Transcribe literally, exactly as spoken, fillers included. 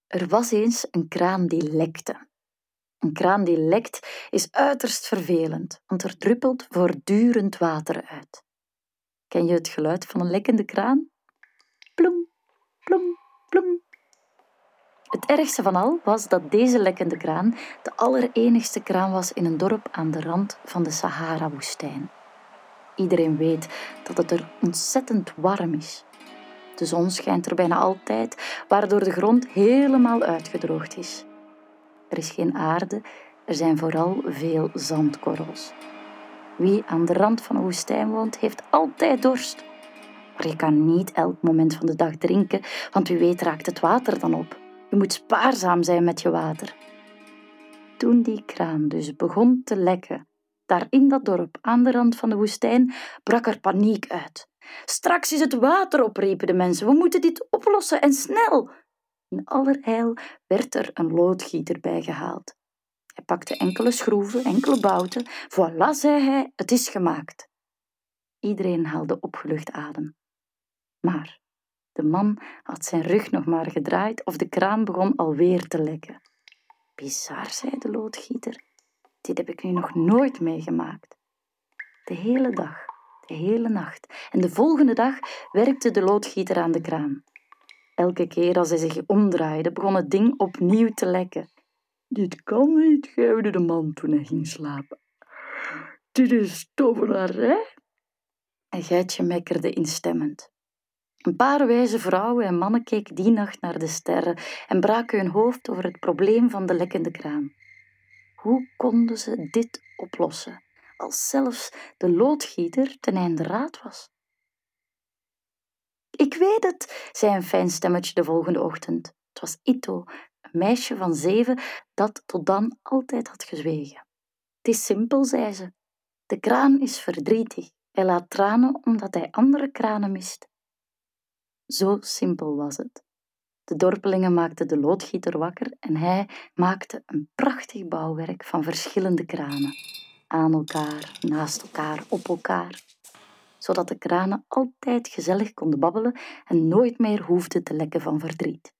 Er was eens een kraan die lekte. Een kraan die lekt is uiterst vervelend, want er druppelt voortdurend water uit. Ken je het geluid van een lekkende kraan? Ploem, ploem, ploem. Het ergste van al was dat deze lekkende kraan de allerenigste kraan was in een dorp aan de rand van de Sahara-woestijn. Iedereen weet dat het er ontzettend warm is. De zon schijnt er bijna altijd, waardoor de grond helemaal uitgedroogd is. Er is geen aarde, er zijn vooral veel zandkorrels. Wie aan de rand van een woestijn woont, heeft altijd dorst. Maar je kan niet elk moment van de dag drinken, want wie weet raakt het water dan op. Je moet spaarzaam zijn met je water. Toen die kraan dus begon te lekken, daar in dat dorp aan de rand van de woestijn, brak er paniek uit. Straks is het water op, riepen de mensen. We moeten dit oplossen en snel. In allerijl werd er een loodgieter bijgehaald. Hij pakte enkele schroeven, enkele bouten. Voilà, zei hij, het is gemaakt. Iedereen haalde opgelucht adem. Maar de man had zijn rug nog maar gedraaid of de kraan begon alweer te lekken. Bizar, zei de loodgieter. Dit heb ik nu nog nooit meegemaakt. De hele dag, de hele nacht en de volgende dag werkte de loodgieter aan de kraan. Elke keer als hij zich omdraaide, begon het ding opnieuw te lekken. Dit kan niet, geeuwde de man toen hij ging slapen. Dit is tovenarij. Een geitje mekkerde instemmend. Een paar wijze vrouwen en mannen keken die nacht naar de sterren en braken hun hoofd over het probleem van de lekkende kraan. Hoe konden ze dit oplossen, als zelfs de loodgieter ten einde raad was? Ik weet het, zei een fijn stemmetje de volgende ochtend. Het was Ito, een meisje van zeven dat tot dan altijd had gezwegen. Het is simpel, zei ze. De kraan is verdrietig. Hij laat tranen omdat hij andere kranen mist. Zo simpel was het. De dorpelingen maakten de loodgieter wakker en hij maakte een prachtig bouwwerk van verschillende kranen. Aan elkaar, naast elkaar, op elkaar. Zodat de kranen altijd gezellig konden babbelen en nooit meer hoefden te lekken van verdriet.